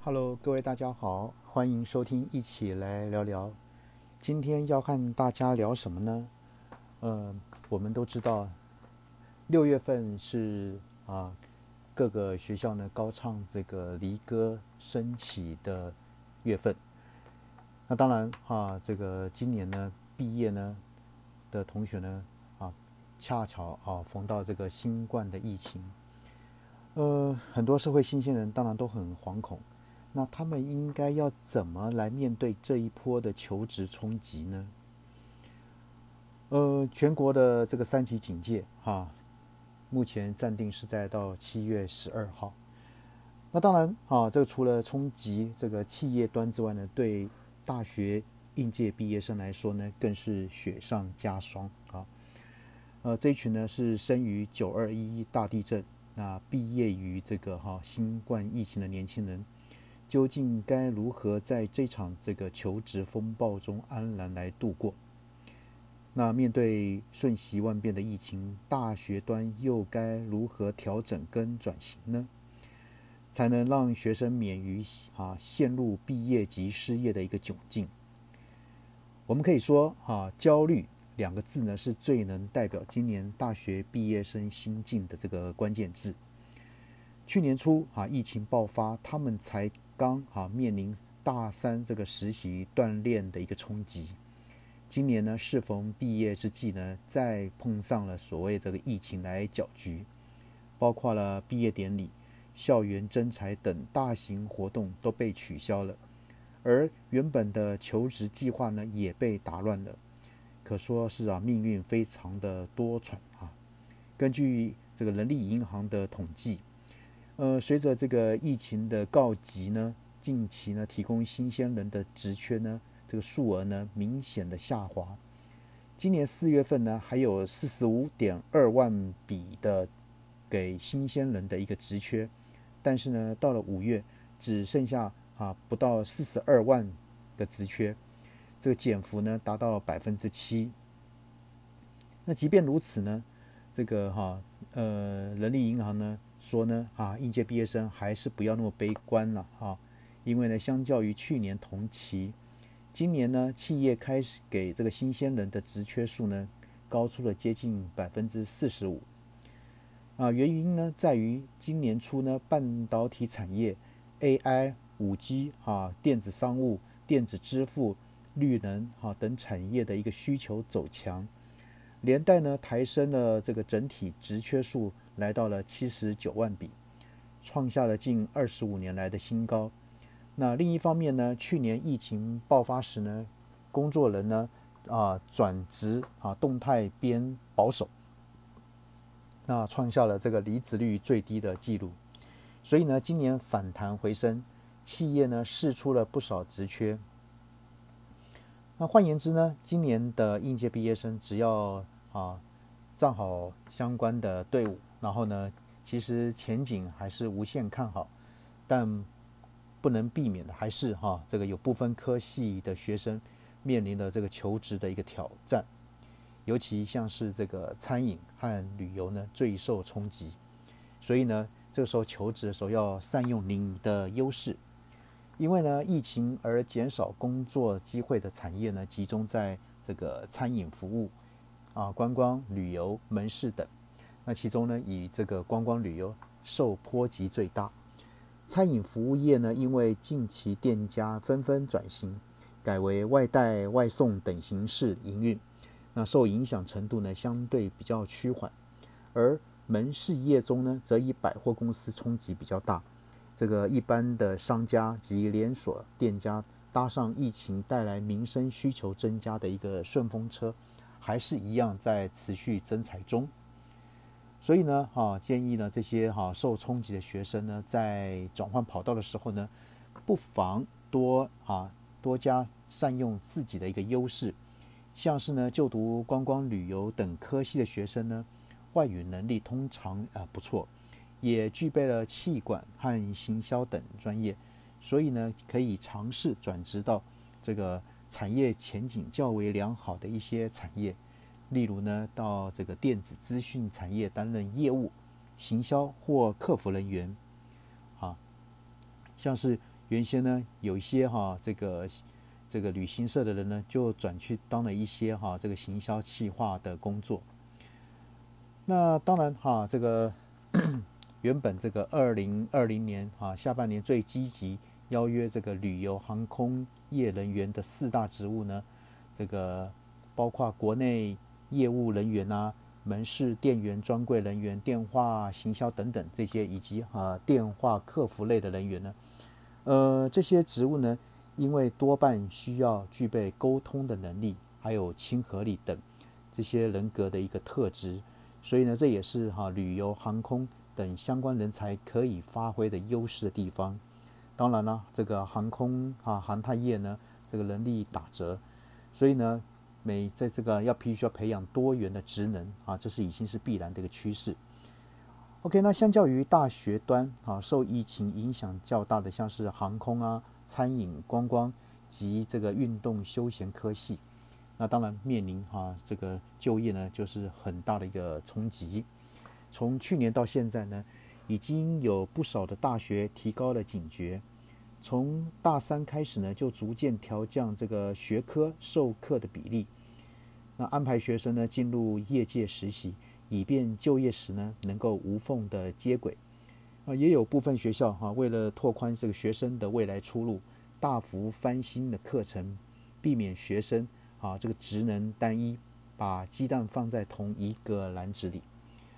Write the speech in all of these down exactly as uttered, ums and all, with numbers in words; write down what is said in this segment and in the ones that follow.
Hello，各位大家好，欢迎收听，一起来聊聊。今天要和大家聊什么呢？呃，我们都知道，六月份是啊各个学校呢高唱这个离歌升起的月份。那当然啊，这个今年呢毕业呢的同学呢啊，恰巧啊逢到这个新冠的疫情，呃，很多社会新鲜人当然都很惶恐。那他们应该要怎么来面对这一波的求职冲击呢？呃，全国的这个三级警戒哈，目前暂定是在到七月十二号。那当然啊，这个除了冲击这个企业端之外呢，对大学应届毕业生来说呢，更是雪上加霜啊。呃，这一群呢是生于九二一大地震，那毕业于这个哈新冠疫情的年轻人。究竟该如何在这场这个求职风暴中安然来度过？那面对瞬息万变的疫情，大学端又该如何调整跟转型呢？才能让学生免于啊陷入毕业及失业的一个窘境？我们可以说啊，焦虑两个字呢是最能代表今年大学毕业生心境的这个关键字。去年初啊，疫情爆发，他们才刚啊面临大三这个实习锻炼的一个冲击。今年呢，适逢毕业之际呢，再碰上了所谓这个疫情来搅局，包括了毕业典礼、校园征才等大型活动都被取消了，而原本的求职计划呢也被打乱了。可说是啊，命运非常的多舛啊。根据这个人力银行的统计，呃，随着这个疫情的告急呢，近期呢提供新鲜人的职缺呢，这个数额呢明显的下滑。今年四月份呢，还有四十五点二万笔的给新鲜人的一个职缺，但是呢，到了五月只剩下啊不到四十二万个职缺，这个减幅呢达到百分之七。那即便如此呢，这个哈呃人力银行呢说呢啊应届毕业生还是不要那么悲观了哈，因为呢相较于去年同期，今年呢企业开始给这个新鲜人的职缺数呢高出了接近百分之四十五啊，原因呢在于今年初呢半导体产业、A I、五 G 啊、电子商务、电子支付、绿能啊等产业的一个需求走强。连带呢抬升了这个整体职缺数，来到了七十九万笔，创下了近二十五年来的新高。那另一方面呢，去年疫情爆发时呢，工作人呢啊转职啊动态偏保守，那创下了这个离职率最低的记录。所以呢，今年反弹回升，企业呢释出了不少职缺。那换言之呢，今年的应届毕业生只要啊站好相关的队伍，然后呢，其实前景还是无限看好，但不能避免的还是哈、啊、这个有部分科系的学生面临了这个求职的一个挑战，尤其像是这个餐饮和旅游呢最受冲击，所以呢，这个时候求职的时候要善用你的优势。因为呢，疫情而减少工作机会的产业呢，集中在这个餐饮服务、啊观光旅游、门市等。那其中呢，以这个观光旅游受波及最大。餐饮服务业呢，因为近期店家纷纷转型，改为外带、外送等形式营运，那受影响程度呢，相对比较趋缓。而门市业中呢，则以百货公司冲击比较大。这个一般的商家及连锁店家搭上疫情带来民生需求增加的一个顺风车，还是一样在持续增财中。所以呢，哈、建议呢这些哈、受冲击的学生呢，在转换跑道的时候呢，不妨多哈、多加善用自己的一个优势，像是呢就读观光旅游等科系的学生呢，外语能力通常啊、呃、不错。也具备了企管和行销等专业，所以呢，可以尝试转职到这个产业前景较为良好的一些产业，例如呢，到这个电子资讯产业担任业务、行销或客服人员，啊，像是原先呢有一些哈这个这个旅行社的人呢，就转去当了一些哈这个行销企划的工作。那当然哈，这个原本这个二零二零年哈下半年最积极邀约这个旅游航空业人员的四大职务呢，这个包括国内业务人员啊、门市店员、专柜人员、电话行销等等这些，以及啊电话客服类的人员呢，呃这些职务呢，因为多半需要具备沟通的能力，还有亲和力等这些人格的一个特质，所以呢，这也是哈旅游、航空等相关人才可以发挥的优势的地方。当然了，这个航空啊航太业呢，这个人力打折，所以呢，每在这个要必须要培养多元的职能啊，这是已经是必然的一个趋势。OK， 那相较于大学端啊，受疫情影响较大的，像是航空啊、餐饮、观光及这个运动休闲科系，那当然面临哈、啊、这个就业呢，就是很大的一个冲击。从去年到现在呢，已经有不少的大学提高了警觉，从大三开始呢，就逐渐调降这个学科授课的比例，那安排学生呢进入业界实习，以便就业时呢能够无缝的接轨。啊，也有部分学校哈、啊，为了拓宽这个学生的未来出路，大幅翻新的课程，避免学生啊这个职能单一，把鸡蛋放在同一个篮子里。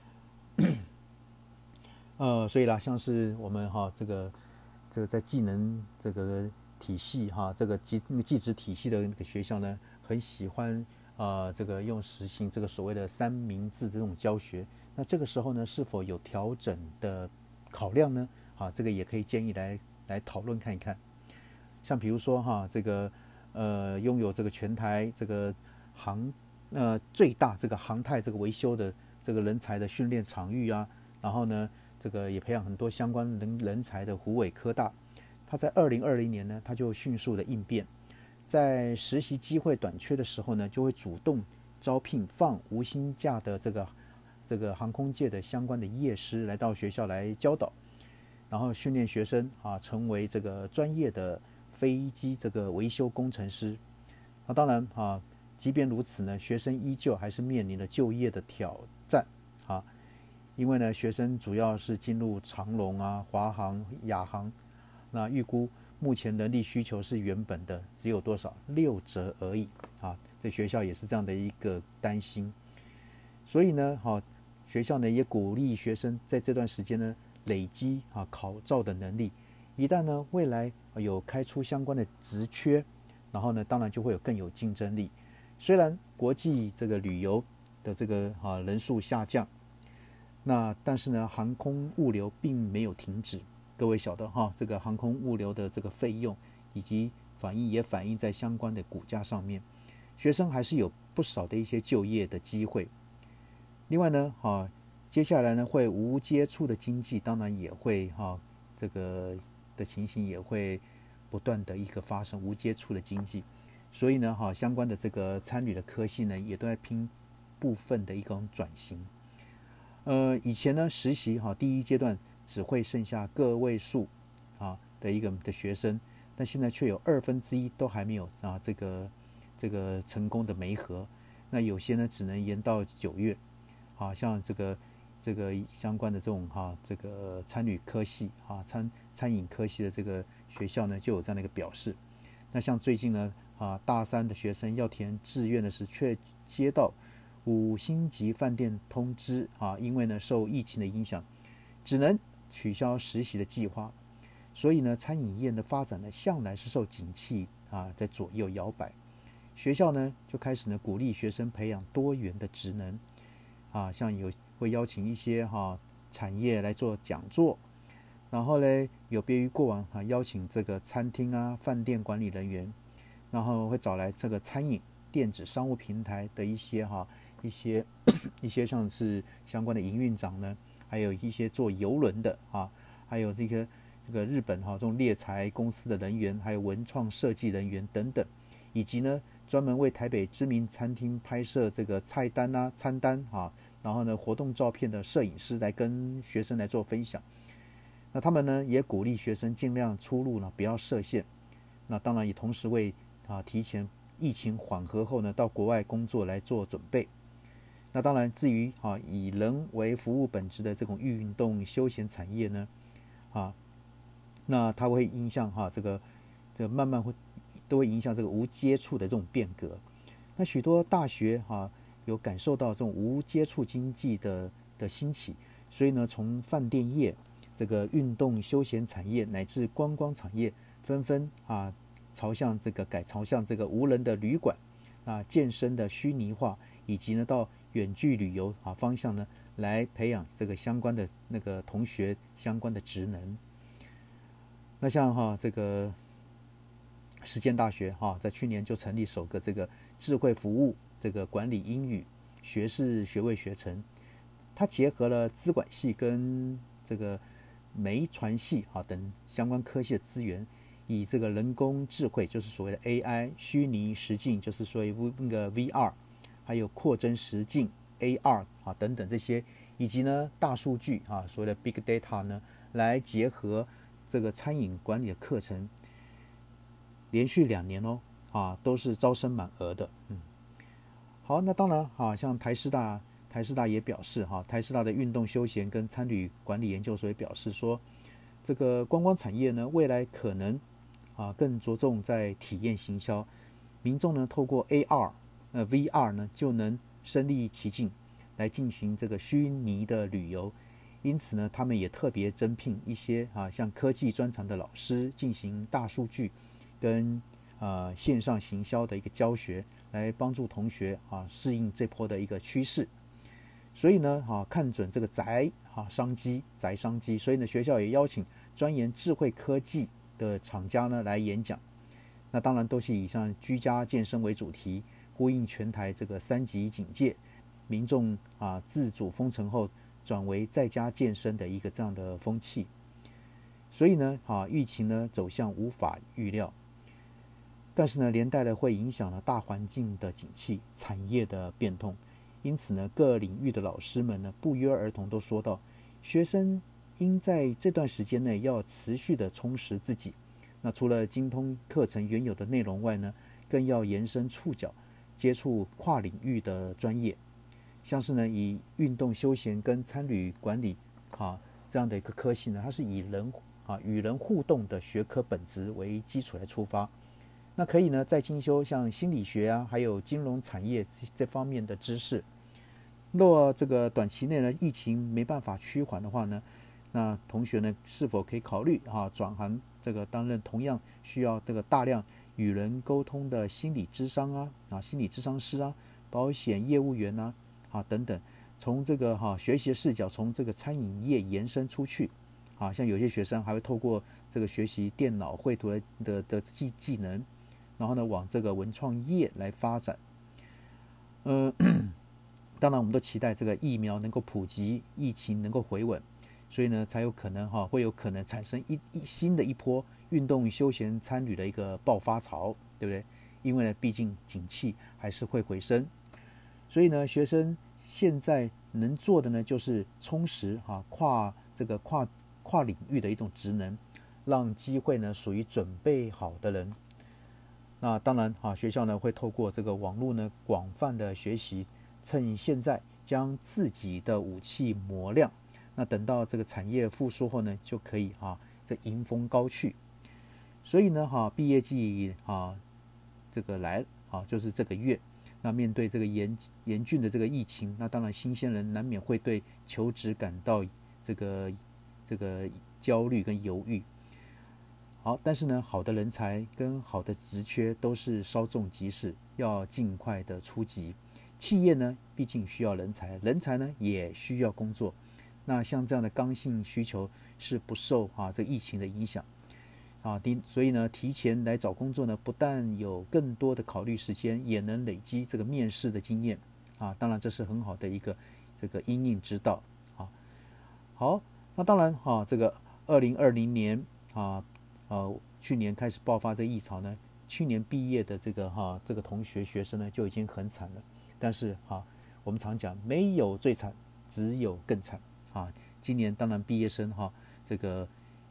呃，所以啦，像是我们哈、啊、这个这个在技能这个体系哈、啊，这个技那个技职体系的那个学校呢，很喜欢呃这个用实行这个所谓的三明治这种教学。那这个时候呢，是否有调整的考量呢？啊，这个也可以建议来来讨论看一看。像比如说哈、啊，这个呃拥有这个全台这个航呃最大这个航太这个维修的这个人才的训练场域啊，然后呢，这个也培养很多相关人人才的虎尾科大，它在二零二零年呢，它就迅速的应变，在实习机会短缺的时候呢，就会主动招聘放无薪假的这个这个航空界的相关的业师来到学校来教导，然后训练学生啊，成为这个专业的飞机这个维修工程师。那当然啊，即便如此呢，学生依旧还是面临了就业的挑战啊。因为呢，学生主要是进入长荣啊、华航、亚航，那预估目前人力需求是原本的只有多少六折而已啊。这学校也是这样的一个担心，所以呢，哈、啊，学校呢也鼓励学生在这段时间呢累积啊考照的能力，一旦呢未来有开出相关的职缺，然后呢，当然就会有更有竞争力。虽然国际这个旅游的这个啊人数下降。那但是呢，航空物流并没有停止。各位晓得哈，这个航空物流的这个费用以及反映也反映在相关的股价上面，学生还是有不少的一些就业的机会。另外呢，哈，接下来呢会无接触的经济，当然也会哈这个的情形也会不断的一个发生无接触的经济，所以呢，哈相关的这个参旅的科系呢，也都在拼部分的一种转型。呃，以前呢，实习哈第一阶段只会剩下个位数啊的一个的学生，但现在却有二分之一都还没有啊这个这个成功的媒合，那有些呢只能延到九月，啊，像这个这个相关的这种哈、啊、这个参旅科系啊餐餐饮科系的这个学校呢就有这样的一个表示。那像最近呢啊大三的学生要填志愿的时，却接到五星级饭店通知啊，因为呢受疫情的影响，只能取消实习的计划。所以呢，餐饮业的发展呢，向来是受景气啊在左右摇摆。学校呢就开始呢鼓励学生培养多元的职能啊，像有会邀请一些哈、啊、产业来做讲座，然后呢有别于过往啊邀请这个餐厅啊饭店管理人员，然后会找来这个餐饮电子商务平台的一些哈、啊。一些一些像是相关的营运长呢，还有一些做邮轮的啊，还有这个这个日本哈、啊、这种猎才公司的人员，还有文创设计人员等等，以及呢专门为台北知名餐厅拍摄这个菜单啊、餐单啊，然后呢活动照片的摄影师来跟学生来做分享。 那他们呢也鼓励学生尽量出入呢不要设限。那当然也同时为啊提前疫情缓和后呢到国外工作来做准备。那当然至于啊以人为服务本质的这种运动休闲产业呢啊，那它会影响哈这个这个慢慢会都会影响这个无接触的这种变革。那许多大学哈有感受到这种无接触经济的的兴起，所以呢从饭店业、这个运动休闲产业乃至观光产业纷纷啊朝向这个改朝向这个无人的旅馆啊、健身的虚拟化，以及呢到远距旅游啊方向呢来培养这个相关的那个同学相关的职能。那像哈这个实践大学哈在去年就成立首个这个智慧服务这个管理英语学士学位学程，它结合了资管系跟这个媒传系啊等相关科系的资源，以这个人工智慧就是所谓的 A I、虚拟实境就是所谓那个 V R， 还有扩增实境 A R 啊等等这些，以及呢大数据啊所谓的 Big Data 呢来结合这个餐饮管理的课程，连续两年哦啊都是招生满额的。嗯，好，那当然啊，像台师大台师大也表示哈，台师大的运动休闲跟餐旅管理研究所也表示说，这个观光产业呢未来可能啊更着重在体验行销，民众呢透过 A R 呃 V R 呢就能身临其境来进行这个虚拟的旅游。因此呢，他们也特别征聘一些啊像科技专长的老师进行大数据跟呃线上行销的一个教学，来帮助同学啊适应这波的一个趋势。所以呢，啊看准这个宅啊商机，宅商机，所以呢学校也邀请钻研智慧科技的厂家呢来演讲。那当然都是以像居家健身为主题，呼应全台这个三级警戒，民众啊自主封城后转为在家健身的一个这样的风气。所以呢，啊疫情呢走向无法预料，但是呢连带的会影响了大环境的景气、产业的变动。因此呢，各领域的老师们呢不约而同都说到，学生应在这段时间内要持续的充实自己。那除了精通课程原有的内容外呢，更要延伸触角，接触跨领域的专业，像是呢以运动休闲跟餐旅管理啊这样的一个科系呢，它是以人啊与人互动的学科本质为基础来出发。那可以呢再精修像心理学啊，还有金融产业这方面的知识。若这个短期内呢疫情没办法趋缓的话呢，那同学呢是否可以考虑啊转行这个担任同样需要这个大量与人沟通的心理咨商啊啊心理咨商师啊、保险业务员啊啊等等，从这个哈、啊、学习的视角从这个餐饮业延伸出去。啊，像有些学生还会透过这个学习电脑绘图的的的技技能，然后呢往这个文创业来发展。呃，当然我们都期待这个疫苗能够普及，疫情能够回稳，所以呢才有可能哈、啊、会有可能产生一一新的一波运动休闲餐旅的一个爆发潮，对不对？因为呢毕竟景气还是会回升，所以呢学生现在能做的呢就是充实哈、啊、跨这个跨跨领域的一种职能，让机会呢属于准备好的人。那当然啊，学校呢会透过这个网络呢广泛的学习，趁现在将自己的武器磨亮。那等到这个产业复苏后呢，就可以啊这迎风高去。所以呢哈、啊，毕业季啊这个来啊就是这个月。那面对这个严严峻的这个疫情，那当然新鲜人难免会对求职感到这个。这个焦虑跟犹豫。好，但是呢，好的人才跟好的职缺都是稍纵即逝，要尽快的出击。企业呢，毕竟需要人才，人才呢也需要工作。那像这样的刚性需求是不受啊这个疫情的影响啊，所以呢，提前来找工作呢，不但有更多的考虑时间，也能累积这个面试的经验啊。当然，这是很好的一个这个因应之道啊。好。那当然哈、啊，这个二零二零年啊，呃，去年开始爆发这个疫潮呢，去年毕业的这个哈、啊、这个同学学生呢就已经很惨了。但是哈、啊，我们常讲没有最惨，只有更惨啊。今年当然毕业生哈、啊，这个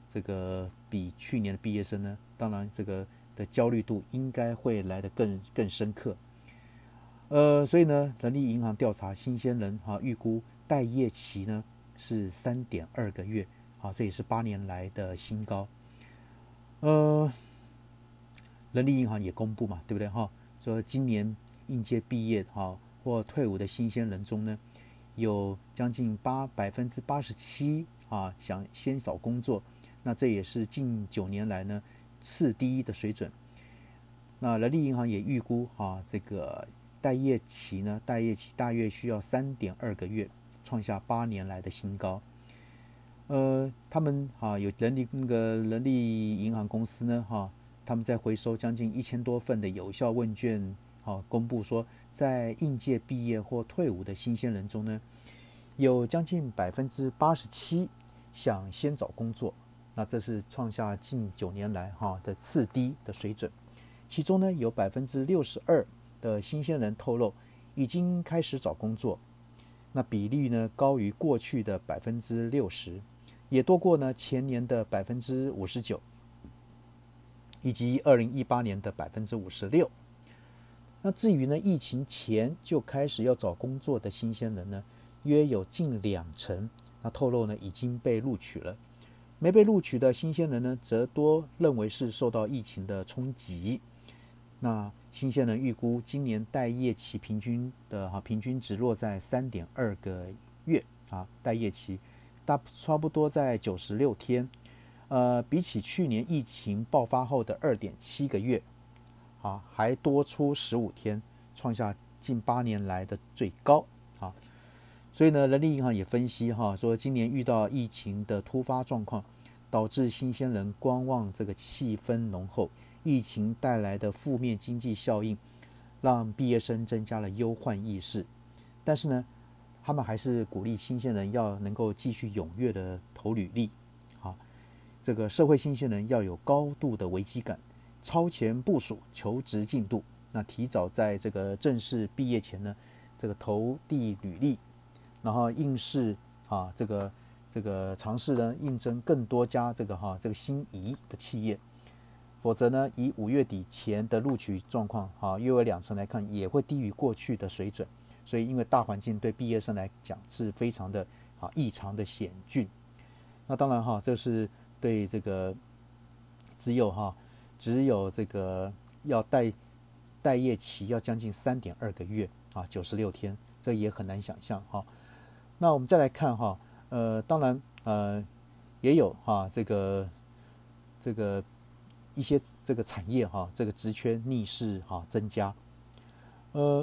这个比去年的毕业生呢，当然这个的焦虑度应该会来得更更深刻。呃，所以呢，人力银行调查新鲜人哈、啊，预估待业期呢是三点二个月，好、啊，这也是八年来的新高。呃，人力银行也公布嘛，对不对哈？说今年应届毕业哈、啊、或退伍的新鲜人中呢，有将近八百分之八十七啊想先找工作，那这也是近九年来呢次低的水准。那人力银行也预估啊，这个待业期呢，待业期大约需要三点二个月，创下八年来的新高。呃，他们啊有人力那个人力银行公司呢，哈、啊，他们在回收将近一千多份的有效问卷，啊，公布说，在应届毕业或退伍的新鲜人中呢，有将近百分之八十七想先找工作，那这是创下近九年来哈、啊、的次低的水准。其中呢，有百分之六十二的新鲜人透露已经开始找工作，那比例呢高于过去的百分之六十，也多过呢前年的百分之五十九，以及二零一八年的百分之五十六。那至于呢疫情前就开始要找工作的新鲜人呢，约有近两成，那透露呢已经被录取了。没被录取的新鲜人呢，则多认为是受到疫情的冲击。那新鲜人预估今年待业期平均的哈平均值落在三点二个月啊，待业期大差不多在九十六天，呃，比起去年疫情爆发后的二点七个月，啊，还多出十五天，创下近八年来的最高啊。所以呢，人力银行也分析哈，说今年遇到疫情的突发状况，导致新鲜人观望这个气氛浓厚。疫情带来的负面经济效应，让毕业生增加了忧患意识。但是呢，他们还是鼓励新鲜人要能够继续踊跃的投履历。啊，这个社会新鲜人要有高度的危机感，超前部署求职进度。那提早在这个正式毕业前呢，这个投递履历，然后应试啊，这个这个尝试呢应征更多家这个哈、啊、这个心仪的企业。否则呢，以五月底前的录取状况，哈，约为两成来看，也会低于过去的水准。所以，因为大环境对毕业生来讲是非常的啊异常的险峻。那当然哈，这是对这个只有哈只有这个要待待业期要将近三点二个月啊，九十六天，这也很难想象哈。那我们再来看哈，呃，当然呃也有哈这个这个。一些这个产业哈，这个职缺逆势哈增加，呃，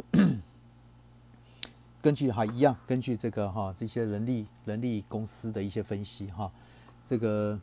根据哈一样，根据这个哈这些人力人力公司的一些分析哈，这个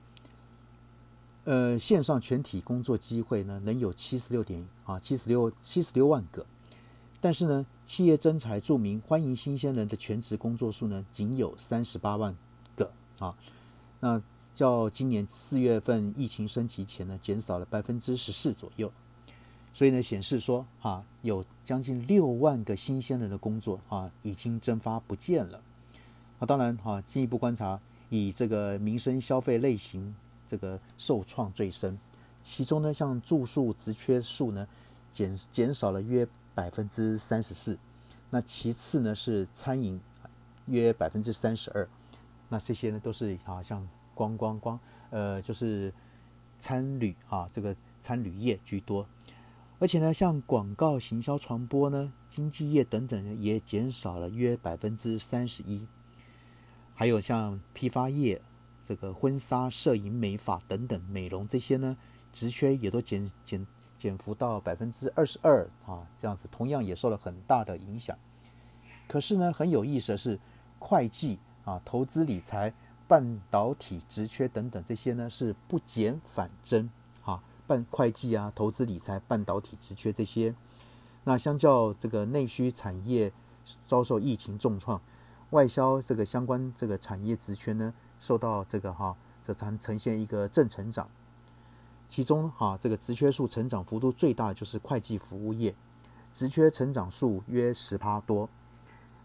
呃线上全体工作机会呢能有七十六点啊七十六七十六万个，但是呢企业征才注明欢迎新鲜人的全职工作数呢仅有三十八万个啊，那。较今年四月份疫情升级前呢，减少了百分之十四左右，所以呢，显示说啊，有将近六万个新鲜人的工作啊，已经蒸发不见了。啊，当然哈、啊，进一步观察，以这个民生消费类型这个受创最深，其中呢，像住宿职缺数呢，减减少了约百分之三十四，那其次呢是餐饮约百分之三十二，那这些呢都是好像。光光光，呃，就是餐旅啊，这个餐旅业居多，而且呢，像广告行销传播呢、经纪业等等也减少了约百分之三十一，还有像批发业、这个婚纱、摄影、美发等等美容这些呢，职缺也都减减减幅到百分之二十二啊，这样子同样也受了很大的影响。可是呢，很有意思的是，会计啊、投资理财。半导体职缺等等这些呢是不减反增啊，半会计啊、投资理财、半导体职缺这些，那相较这个内需产业遭受疫情重创，外销这个相关这个产业职缺呢受到这个哈，这呈呈现一个正成长。其中哈这个职缺数成长幅度最大的就是会计服务业，职缺成长数约十趴多。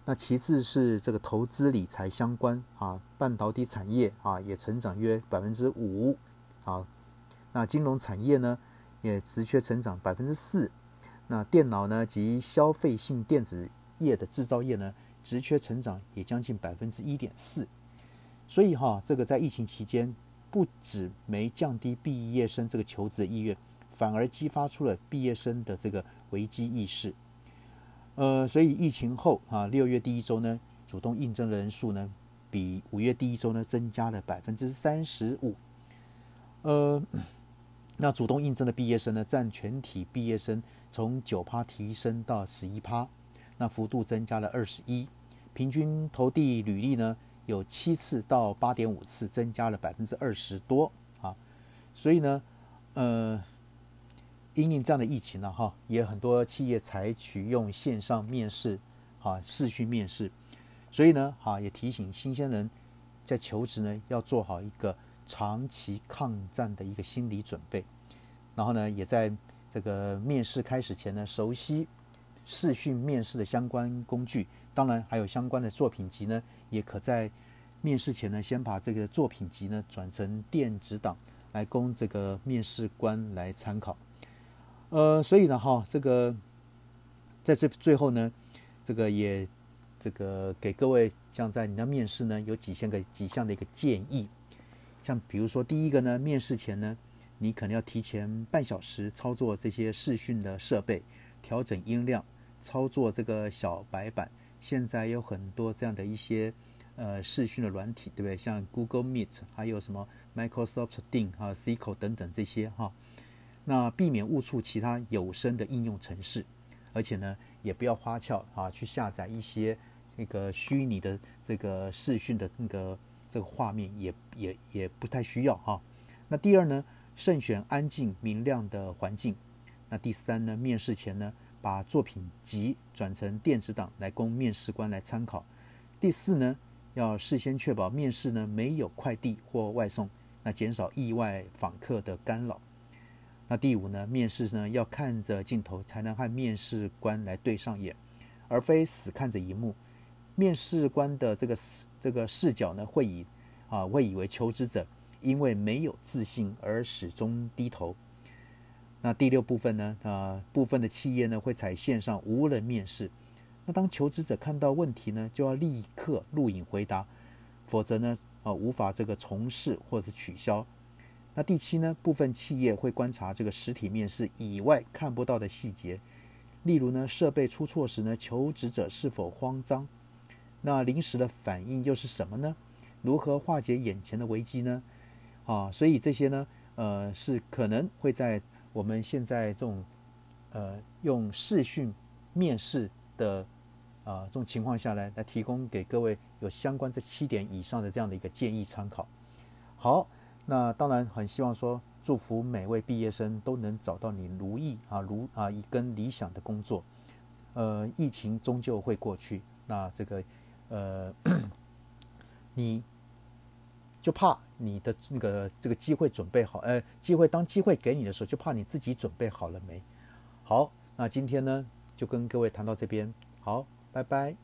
那其次是这个投资理财相关啊，半导体产业啊也成长约百分之五啊，那金融产业呢也职缺成长百分之四，那电脑呢及消费性电子业的制造业呢职缺成长也将近百分之一点四，所以哈，这个在疫情期间不止没降低毕业生这个求职的意愿，反而激发出了毕业生的这个危机意识。呃，所以疫情后啊，六月第一周呢，主动应征的人数呢，比五月第一周呢增加了百分之三十五。呃，那主动应征的毕业生呢，占全体毕业生从九趴提升到十一趴，那幅度增加了二十一。平均投递履历呢，有七次到八点五次，增加了百分之二十多啊。所以呢，呃。因应这样的疫情呢、啊，哈，也很多企业采取用线上面试，哈，视讯面试，所以呢，哈，也提醒新鲜人在求职呢要做好一个长期抗战的一个心理准备，然后呢，也在这个面试开始前呢，熟悉视讯面试的相关工具，当然还有相关的作品集呢，也可在面试前呢，先把这个作品集呢转成电子档，来供这个面试官来参考。呃，所以呢，哈，这个在这最后呢，这个也这个给各位，像在你的面试呢，有几项个几项的一个建议，像比如说第一个呢，面试前呢，你可能要提前半小时操作这些视讯的设备，调整音量，操作这个小白板。现在有很多这样的一些呃视讯的软体，对不对？像 Google Meet， 还有什么 Microsoft Teams 还有 Cisco 等等这些哈。那避免误触其他有声的应用程式，而且呢，也不要花俏啊，去下载一些那个虚拟的这个视讯的那个这个画面，也也也不太需要哈。那第二呢，慎选安静明亮的环境。那第三呢，面试前呢，把作品集转成电子档来供面试官来参考。第四呢，要事先确保面试呢没有快递或外送，那减少意外访客的干扰。那第五呢，面试呢要看着镜头才能和面试官来对上眼，而非死看着荧幕。面试官的这个这个视角呢，会以啊会以为求职者因为没有自信而始终低头。那第六部分呢，啊部分的企业呢会采线上无人面试。那当求职者看到问题呢，就要立刻录影回答，否则呢啊无法这个重试或者取消。那第七呢，部分企业会观察这个实体面试以外看不到的细节，例如呢，设备出错时呢，求职者是否慌张？那临时的反应又是什么呢？如何化解眼前的危机呢？啊，所以这些呢，呃，是可能会在我们现在这种呃用视讯面试的啊、呃、这种情况下来，来提供给各位有相关这七点以上的这样的一个建议参考。好。那当然很希望说，祝福每位毕业生都能找到你如意啊如啊一根理想的工作。呃，疫情终究会过去，那这个呃，你就怕你的那个这个机会准备好，呃，机会当机会给你的时候，就怕你自己准备好了没？好，那今天呢就跟各位谈到这边，好，拜拜。